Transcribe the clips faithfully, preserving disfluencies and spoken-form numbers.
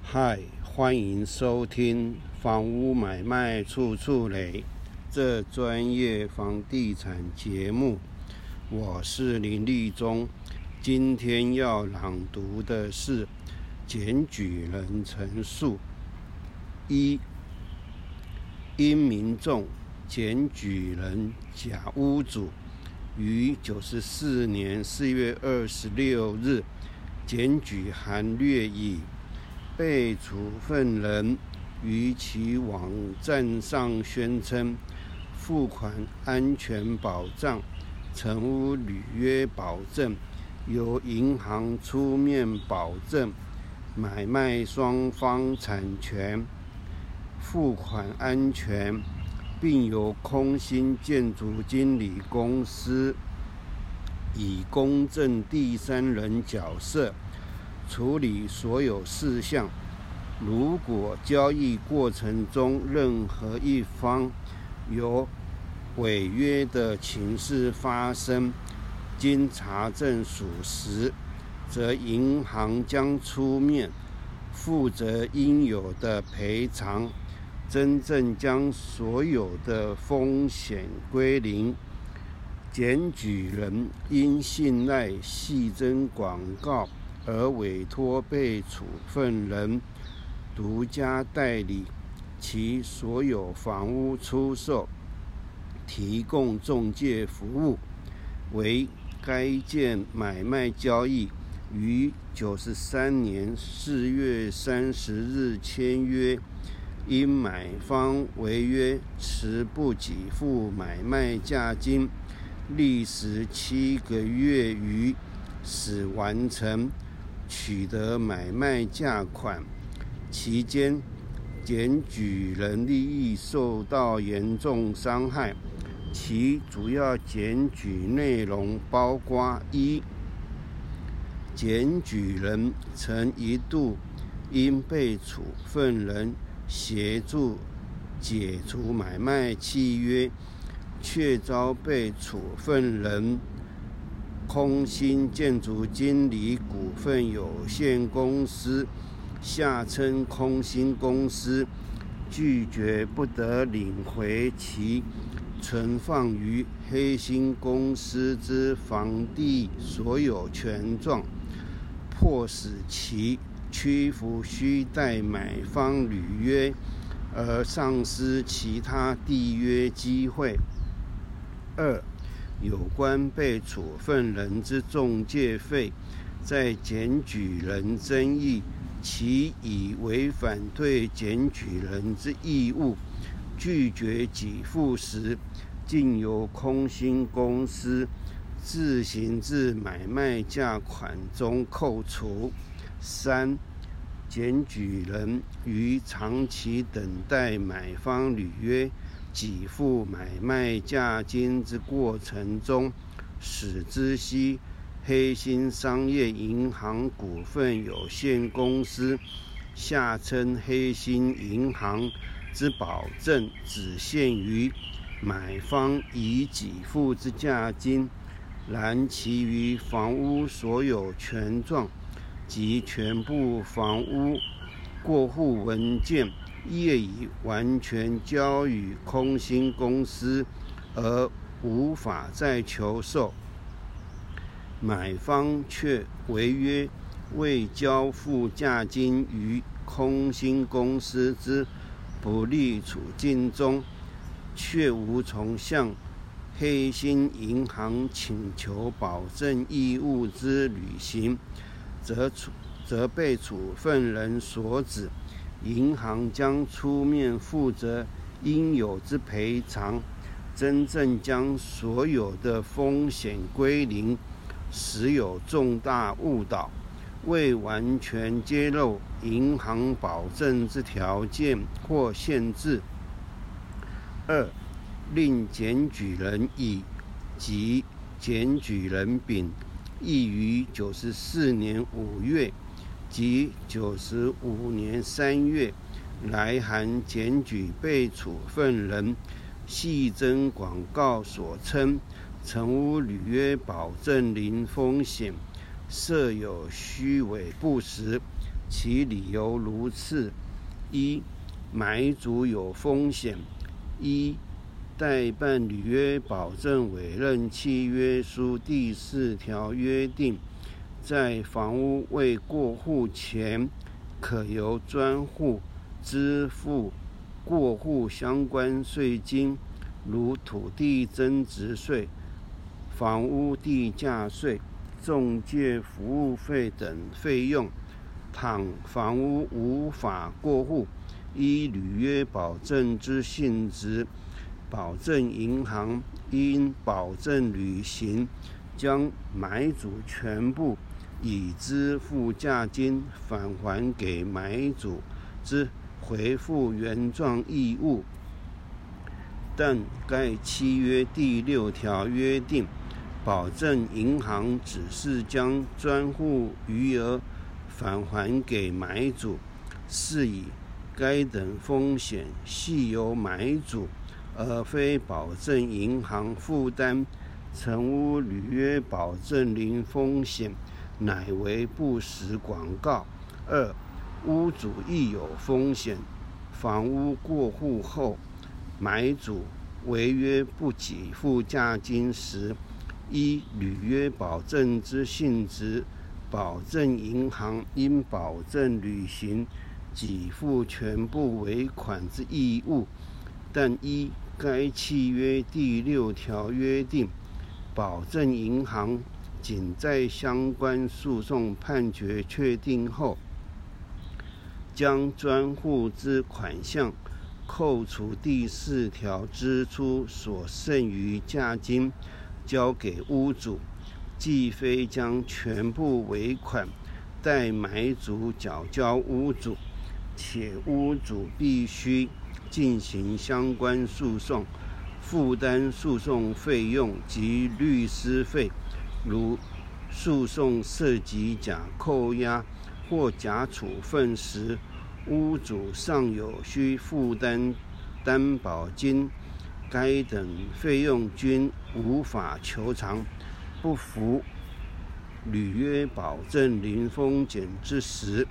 嗨，欢迎收听房屋买卖处处雷这专业房地产节目，我是林立忠。今天要朗读的是检举人陈述。一、因民众检举人甲屋主于九十四年四月二十六日检举函略以被处分人于其网站上宣称付款安全保障、成屋履约保证，由银行出面保证买卖双方产权、付款安全，并由空心建筑经理公司以公正第三人角色处理所有事项。如果交易过程中任何一方有违约的情事发生，经查证属实，则银行将出面负责应有的赔偿，真正将所有的风险归零。检举人因信赖系真广告而委托被处分人独家代理其所有房屋出售，提供中介服务，为该件买卖交易于九十三年四月三十日签约，因买方违约迟不给付买卖价金，历时七个月余始完成取得买卖价款。期间，检举人利益受到严重伤害。其主要检举内容包括：一、检举人曾一度因被处分人协助解除买卖契约，却遭被处分人空心建筑经理股份有限公司下称空心公司拒绝不得领回其存放于黑心公司之房地所有权状，迫使其屈服需待买方履约，而丧失其他缔约机会。二、有关被处分人之中介费，在检举人争议其已违反对检举人之义务，拒绝给付时，竟由空心公司自行自买卖价款中扣除。三、检举人于长期等待买方履约给付买卖价金之过程中，使知悉黑心商业银行股份有限公司下称黑心银行之保证只限于买方已给付之价金，然其余房屋所有权状及全部房屋过户文件业已完全交予空心公司，而无法再求售。买方却违约，未交付价金于空心公司之不利处境中，却无从向黑心银行请求保证义务之履行，则则被处分人所指银行将出面负责应有之赔偿，真正将所有的风险归零，实有重大误导，未完全揭露银行保证之条件或限制。二、令检举人乙及检举人丙亦于九十四年五月及九十五年三月来函检举被处分人系真广告所称成屋履约保证零风险，设有虚伪不实， 其理由如次：一、买主有风险。一、代办履约保证委任契约书第四条约定，在房屋未过户前，可由专户支付过户相关税金，如土地增值税、房屋地价税、仲介服务费等费用。倘房屋无法过户，依履约保证之性质，保证银行因保证履行，将买主全部已支付价金返还给买主之回复原状义务。但该契约第六条约定，保证银行只是将专户余额返还给买主，是以该等风险系由买主，而非保证银行负担。成屋履约保证零风险，乃为不实广告。二、屋主亦有风险。房屋过户后，买主违约不给付价金时，依履约保证之性质，保证银行应保证履行，给付全部尾款之义务。但依该契约第六条约定，保证银行仅在相关诉讼判决确定后，将专户之款项扣除第四条支出所剩余价金，交给屋主，既非将全部尾款待买主缴交屋主，且屋主必须进行相关诉讼，负担诉讼费用及律师费。如诉讼涉及假扣押或假处分时，屋主尚有需负担担保金，该等费用均无法求偿，不符履约保证零风险之时，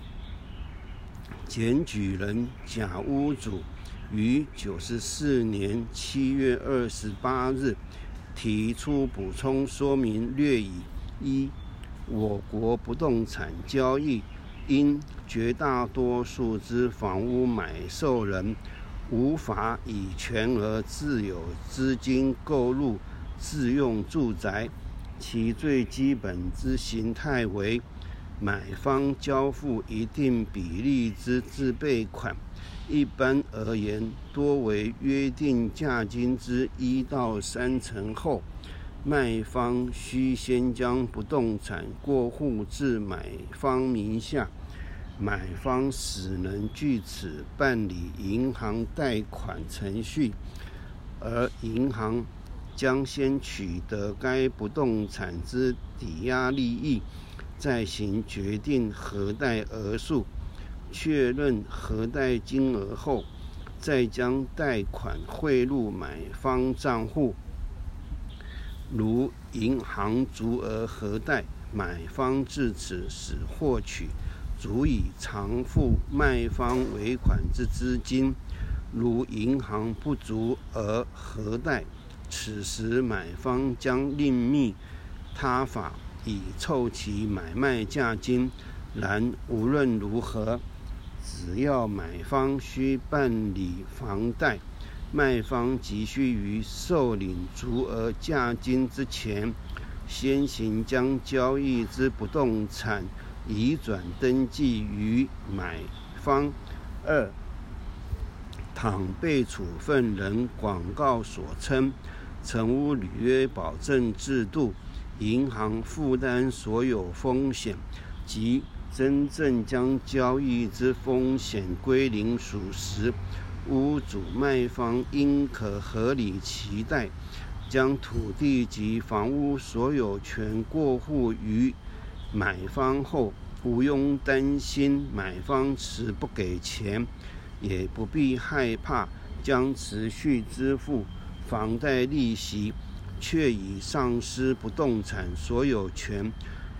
检举人甲屋主于九十四年七月二十八日提出补充说明略以：一、我国不动产交易因绝大多数之房屋买受人无法以全额自有资金购入自用住宅，其最基本之形态为买方交付一定比例之自备款，一般而言多为约定价金之一到三成后，卖方需先将不动产过户至买方名下，买方始能据此办理银行贷款程序，而银行将先取得该不动产之抵押利益，再行决定核贷额数，确认核贷金额后，再将贷款汇入买方账户。如银行足额核贷，买方至此时获取足以偿付卖方尾款之资金；如银行不足而核贷，此时买方将另觅他法以凑其买卖价金。然无论如何，只要买方需办理房贷，卖方急需于受领足额价金之前，先行将交易之不动产移转登记于买方。二、倘被处分人广告所称成屋履约保证制度，银行负担所有风险，即真正将交易之风险归零属实，屋主卖方应可合理期待，将土地及房屋所有权过户于买方后，不用担心买方迟不给钱，也不必害怕将持续支付房贷利息，却已丧失不动产所有权，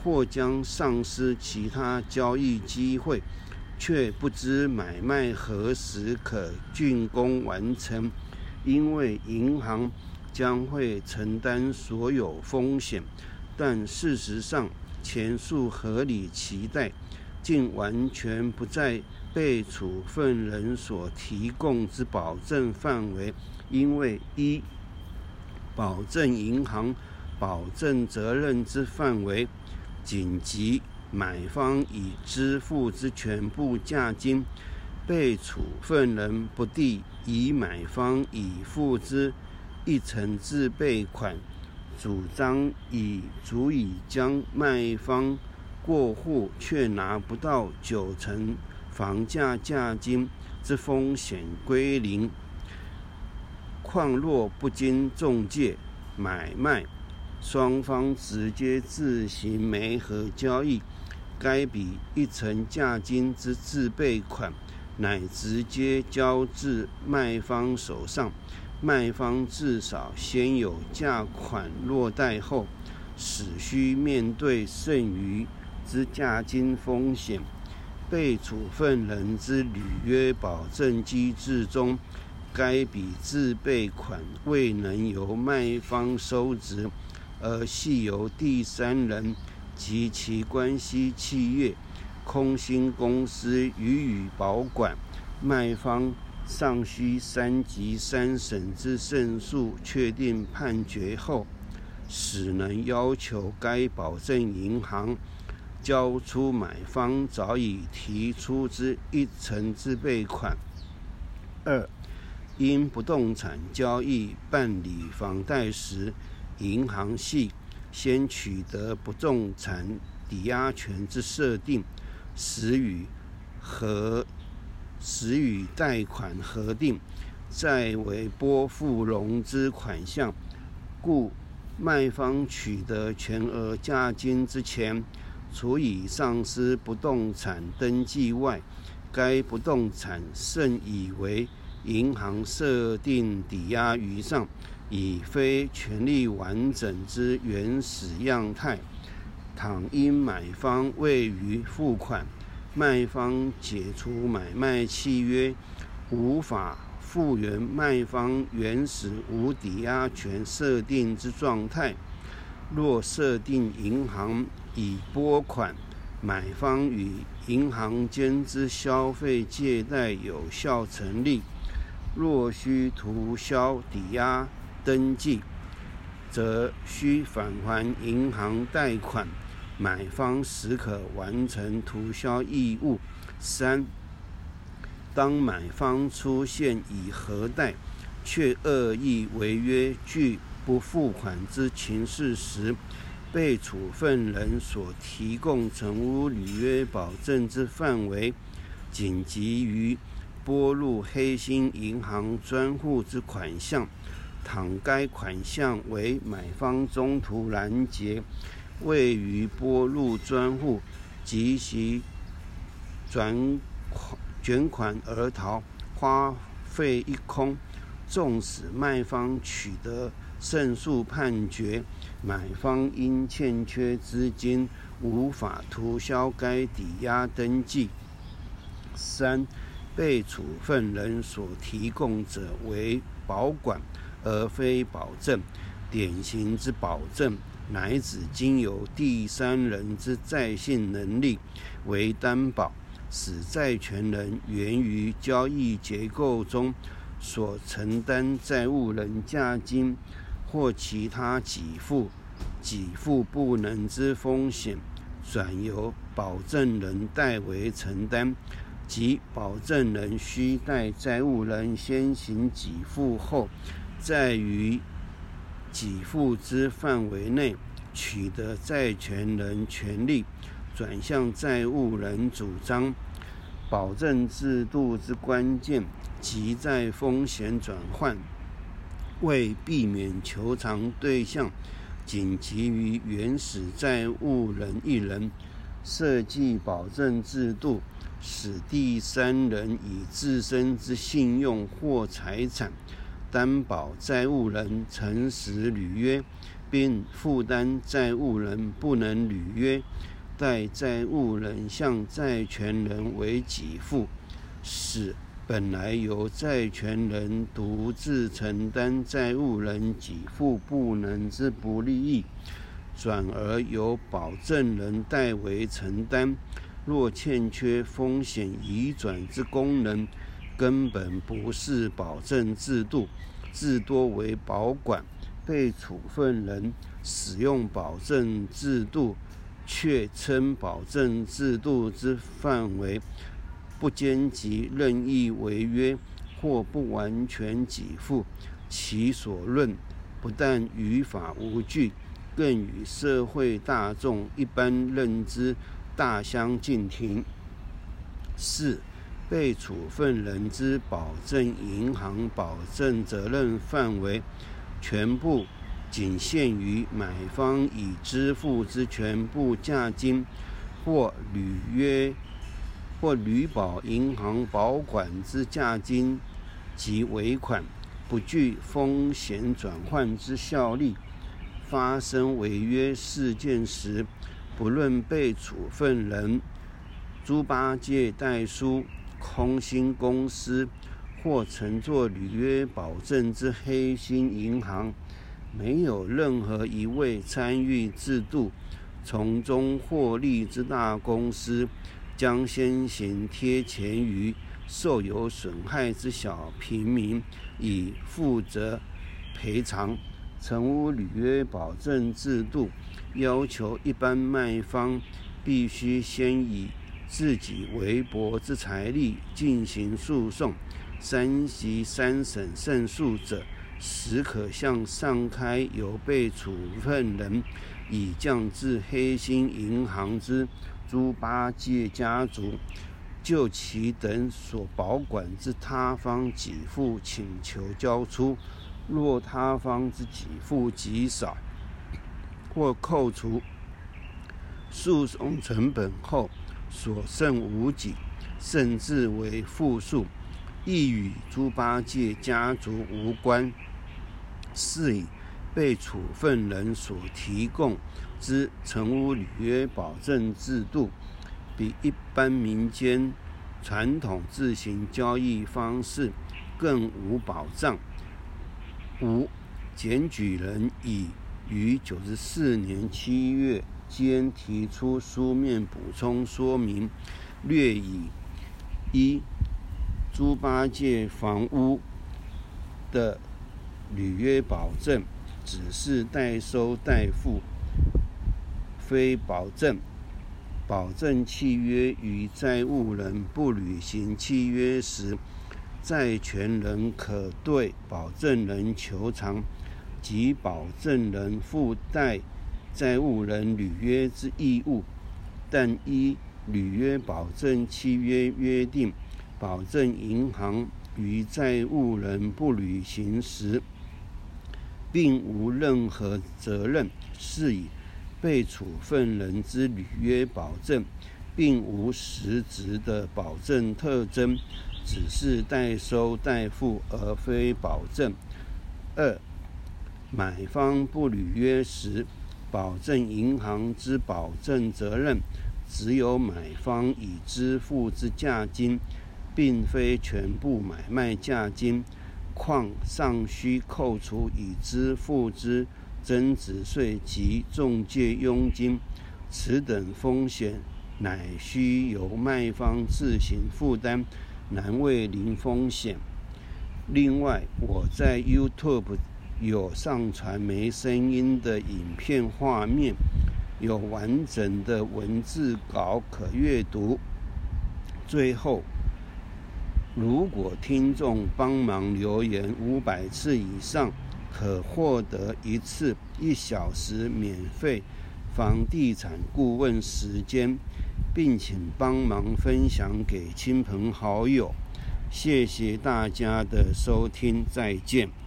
或将丧失其他交易机会，却不知买卖何时可竣工完成，因为银行将会承担所有风险。但事实上，前述合理期待竟完全不在被处分人所提供之保证范围，因为一、保证银行保证责任之范围仅及买方已支付之全部价金，被处分人不得以买方已付之一成自备款主张已足以将卖方过户却拿不到九成房价价金之风险归零。况若不经中介买卖，双方直接自行媒合交易，该笔一成价金之自备款乃直接交至卖方手上，卖方至少先有价款落袋后，始须面对剩余之价金风险。被处分人之履约保证机制中，该笔自备款未能由卖方收值，而系由第三人及其关系企业、空心公司予以保管。卖方尚需三级三审之胜诉确定判决后，始能要求该保证银行交出买方早已提出之一成自备款。二、因不动产交易办理房贷时，银行系先取得不动产抵押权之设定，使与和使与贷款核定，再为拨付融资款项，故卖方取得全额价金之前，除以丧失不动产登记外，该不动产甚以为银行设定抵押于上，已非权利完整之原始样态。倘因买方未予付款，卖方解除买卖契约，无法复原卖方原始无抵押权设定之状态，若设定银行已拨款，买方与银行间之消费借贷有效成立，若需涂销抵押登记，则需返还银行贷款，买方时可完成涂销义务。三、当买方出现已核贷却恶意违约拒不付款之情事时，被处分人所提供成屋履约保证之范围仅及于拨入黑心银行专户之款项。倘该款项为买方中途拦截，未予拨入专户，及其转卷款而逃，花费一空，纵使卖方取得胜诉判决，买方因欠缺资金，无法涂销该抵押登记。三、被处分人所提供者为保管而非保证。典型之保证，乃指经由第三人之在信能力为担保，使债权人源于交易结构中所承担债务人价金或其他给付给付不能之风险，转由保证人代为承担，即保证人须待债务人先行给付后，在于给付之范围内取得债权人权利，转向债务人主张。保证制度之关键即在风险转换，为避免求偿对象仅集于原始债务人一人，设计保证制度，使第三人以自身之信用或财产担保债务人诚实履约， 并负担债务人不能履约，待债务人向债权人为给付，使本来由债权人独自承担债务人给付不能之不利益，转而由保证人代为承担。若欠缺风险移转之功能，根本不是保证制度，至多为保管。被处分人使用保证制度，却称保证制度之范围不兼及任意违约或不完全给付，其所论不但于法无据，更与社会大众一般认知大相径庭。四、被处分人之保证银行保证责任范围，全部仅限于买方已支付之全部价金，或履约或履保银行保管之价金及尾款，不具风险转换之效力。发生违约事件时，不论被处分人、猪八戒代书、空心公司或乘坐履约保证之黑心银行，没有任何一位参与制度、从中获利之大公司，将先行贴钱于受有损害之小平民，以负责赔偿。成屋履约保证制度要求一般卖方必须先以自己微薄之财力进行诉讼，三级三审胜诉者，时可向上开由被处分人已降至黑心银行之猪八戒家族，就其等所保管之他方给付请求交出。若他方之给付极少，或扣除诉讼成本后所剩无几，甚至为负数，亦与猪八戒家族无关。是以被处分人所提供之成屋履约保证制度，比一般民间传统自行交易方式更无保障。五、检举人已于九十四年七月间提出书面补充说明，略以一、猪八戒房屋的履约保证只是代收代付，非保证。保证契约与债务人不履行契约时，债权人可对保证人求偿，及保证人负代债务人履约之义务。但依履约保证契约约定，保证银行于债务人不履行时，并无任何责任。是以被处分人之履约保证并无实质的保证特征，只是代收代付，而非保证。二、买方不履约时，保证银行之保证责任只有买方已支付之价金，并非全部买卖价金，况尚需扣除已支付之增值税及中介佣金，此等风险乃需由卖方自行负担，难为零风险。另外，我在 YouTube 有上传没声音的影片画面，有完整的文字稿可阅读。最后，如果听众帮忙留言五百次以上，可获得一次一小时免费房地产顾问时间，并请帮忙分享给亲朋好友。谢谢大家的收听，再见。